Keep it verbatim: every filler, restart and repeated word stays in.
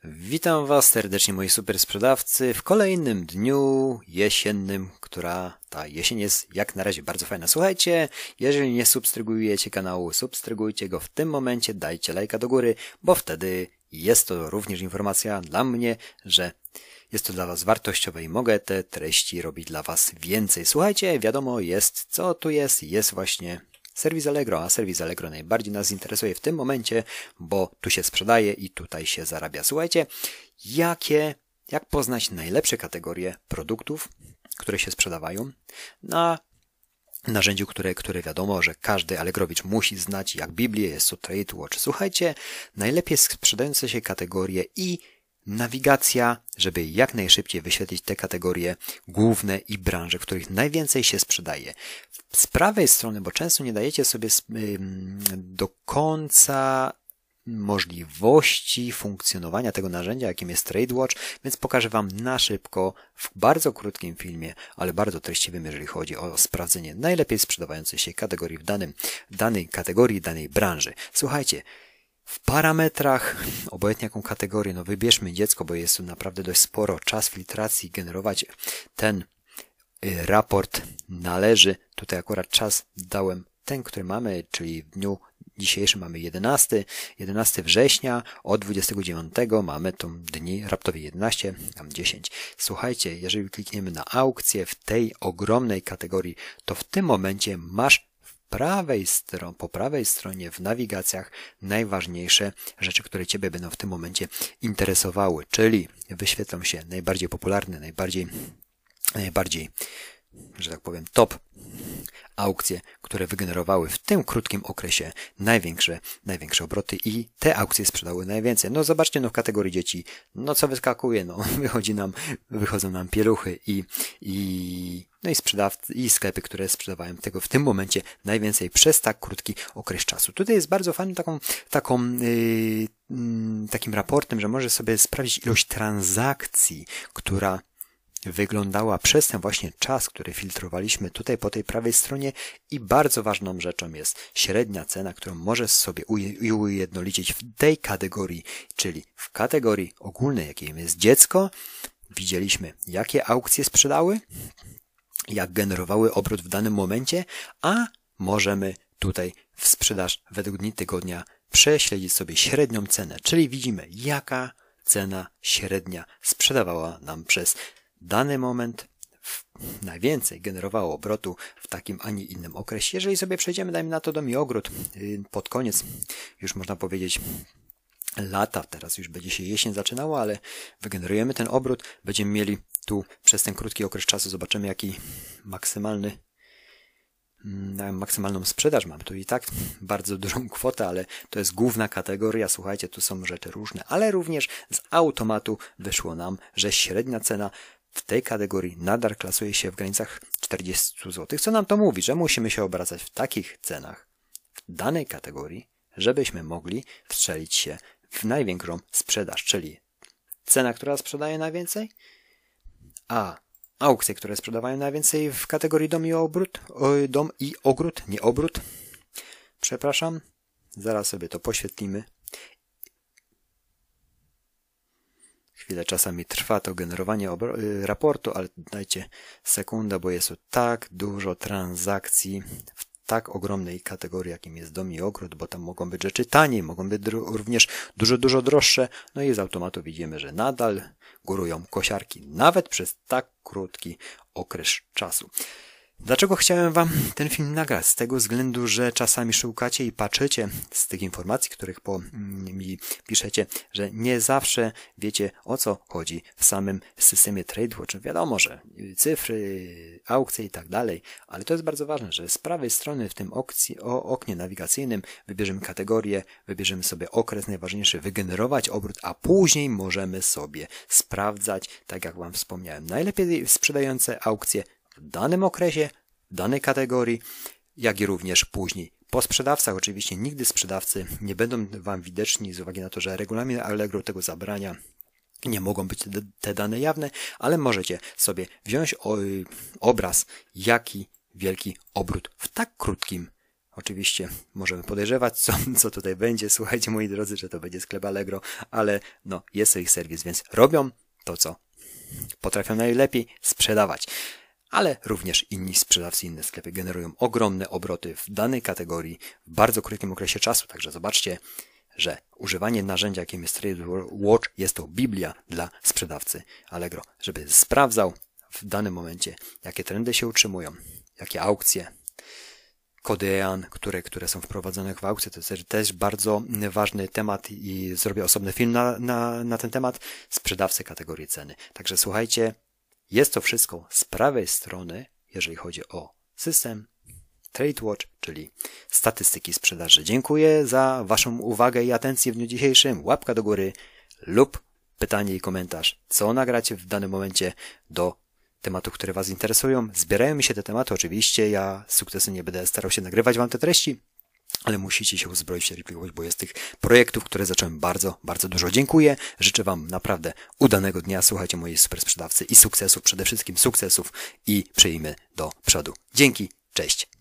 Witam Was serdecznie, moi super sprzedawcy, w kolejnym dniu jesiennym, która ta jesień jest jak na razie bardzo fajna. Słuchajcie, jeżeli nie subskrybujecie kanału, subskrybujcie go w tym momencie, dajcie lajka do góry, bo wtedy jest to również informacja dla mnie, że jest to dla Was wartościowe i mogę te treści robić dla Was więcej. Słuchajcie, wiadomo jest, co tu jest, jest właśnie serwis Allegro, a serwis Allegro najbardziej nas interesuje w tym momencie, bo tu się sprzedaje i tutaj się zarabia. Słuchajcie, jakie, jak poznać najlepsze kategorie produktów, które się sprzedawają na narzędziu, które, które wiadomo, że każdy Allegrowicz musi znać jak Biblię, jest to TradeWatch. Słuchajcie, najlepiej sprzedające się kategorie i nawigacja, żeby jak najszybciej wyświetlić te kategorie główne i branże, w których najwięcej się sprzedaje. Z prawej strony, bo często nie dajecie sobie do końca możliwości funkcjonowania tego narzędzia, jakim jest TradeWatch, więc pokażę Wam na szybko, w bardzo krótkim filmie, ale bardzo treściwym, jeżeli chodzi o sprawdzenie najlepiej sprzedawającej się kategorii w danym, danej kategorii, danej branży. Słuchajcie, w parametrach, obojętnie jaką kategorię, no wybierzmy dziecko, bo jest tu naprawdę dość sporo, czas filtracji, generować ten raport należy, tutaj akurat czas dałem ten, który mamy, czyli w dniu dzisiejszym mamy jedenastego września, od dwudziestego dziewiątego mamy tą dni raptowie jedenaście, tam dziesięć. Słuchajcie, jeżeli klikniemy na aukcję w tej ogromnej kategorii, to w tym momencie masz prawej stron, po prawej stronie w nawigacjach najważniejsze rzeczy, które Ciebie będą w tym momencie interesowały, czyli wyświetlą się najbardziej popularne, najbardziej, najbardziej, że tak powiem, top aukcje, które wygenerowały w tym krótkim okresie największe, największe obroty i te aukcje sprzedały najwięcej. No zobaczcie, no w kategorii dzieci, no co wyskakuje, no wychodzi nam, wychodzą nam pieluchy i, i no i sprzedawcy, i sklepy, które sprzedawają tego w tym momencie najwięcej przez tak krótki okres czasu. Tutaj jest bardzo fajnym taką, taką, yy, yy, takim raportem, że możesz sobie sprawdzić ilość transakcji, która wyglądała przez ten właśnie czas, który filtrowaliśmy tutaj po tej prawej stronie i bardzo ważną rzeczą jest średnia cena, którą możesz sobie ujednolicić w tej kategorii, czyli w kategorii ogólnej, jakim jest dziecko. Widzieliśmy, jakie aukcje sprzedały, jak generowały obrót w danym momencie, a możemy tutaj w sprzedaż według dni tygodnia prześledzić sobie średnią cenę, czyli widzimy, jaka cena średnia sprzedawała nam przez dany moment najwięcej generowało obrotu w takim, a nie innym okresie. Jeżeli sobie przejdziemy, dajmy na to do Miogród pod koniec, już można powiedzieć lata, teraz już będzie się jesień zaczynało, ale wygenerujemy ten obrót, będziemy mieli tu przez ten krótki okres czasu, zobaczymy jaki maksymalny maksymalną sprzedaż mam tu i tak bardzo dużą kwotę, ale to jest główna kategoria, słuchajcie, tu są rzeczy różne, ale również z automatu wyszło nam, że średnia cena w tej kategorii nadal klasuje się w granicach czterdzieści złotych. Co nam to mówi? Że musimy się obracać w takich cenach w danej kategorii, żebyśmy mogli wstrzelić się w największą sprzedaż, czyli cena, która sprzedaje najwięcej, a aukcje, które sprzedawają najwięcej w kategorii dom i obrót, dom i ogród, nie obrót, przepraszam, zaraz sobie to poświetlimy. Chwilę czasami trwa to generowanie raportu, ale dajcie sekundę, bo jest tu tak dużo transakcji w tak ogromnej kategorii, jakim jest dom i ogród, bo tam mogą być rzeczy taniej, mogą być również dużo, dużo droższe. No i z automatu widzimy, że nadal górują kosiarki, nawet przez tak krótki okres czasu. Dlaczego chciałem Wam ten film nagrać? Z tego względu, że czasami szukacie i patrzycie z tych informacji, których po mi piszecie, że nie zawsze wiecie, o co chodzi w samym systemie TradeWatch. Wiadomo, że cyfry, aukcje i tak dalej, ale to jest bardzo ważne, że z prawej strony w tym okcji, o, oknie nawigacyjnym wybierzemy kategorię, wybierzemy sobie okres najważniejszy, wygenerować obrót, a później możemy sobie sprawdzać, tak jak Wam wspomniałem, najlepiej sprzedające aukcje w danym okresie, w danej kategorii, jak i również później. Po sprzedawcach oczywiście nigdy sprzedawcy nie będą Wam widoczni z uwagi na to, że regulamin Allegro tego zabrania. Nie mogą być te dane jawne, ale możecie sobie wziąć obraz, jaki wielki obrót w tak krótkim Oczywiście możemy podejrzewać, co, co tutaj będzie. Słuchajcie, moi drodzy, że to będzie sklep Allegro, ale no, jest to ich serwis, więc robią to, co potrafią najlepiej sprzedawać. Ale również inni sprzedawcy, inne sklepy generują ogromne obroty w danej kategorii w bardzo krótkim okresie czasu. Także zobaczcie, że używanie narzędzia, jakim jest TradeWatch, jest to Biblia dla sprzedawcy Allegro, żeby sprawdzał w danym momencie, jakie trendy się utrzymują, jakie aukcje, kody E A N, które, które są wprowadzone w aukcje. To jest też bardzo ważny temat i zrobię osobny film na, na, na ten temat. Sprzedawcy kategorii ceny. Także słuchajcie, jest to wszystko z prawej strony, jeżeli chodzi o system TradeWatch, czyli statystyki sprzedaży. Dziękuję za Waszą uwagę i atencję w dniu dzisiejszym. Łapka do góry lub pytanie i komentarz, co nagracie w danym momencie do tematów, które Was interesują. Zbierają mi się te tematy, oczywiście. Ja z sukcesem nie będę starał się nagrywać Wam te treści, ale musicie się uzbroić w cierpliwość, bo jest tych projektów, które zacząłem bardzo, bardzo dużo. Dziękuję. Życzę Wam naprawdę udanego dnia. Słuchajcie mojej super sprzedawcy i sukcesów, przede wszystkim sukcesów i przyjmy do przodu. Dzięki, cześć.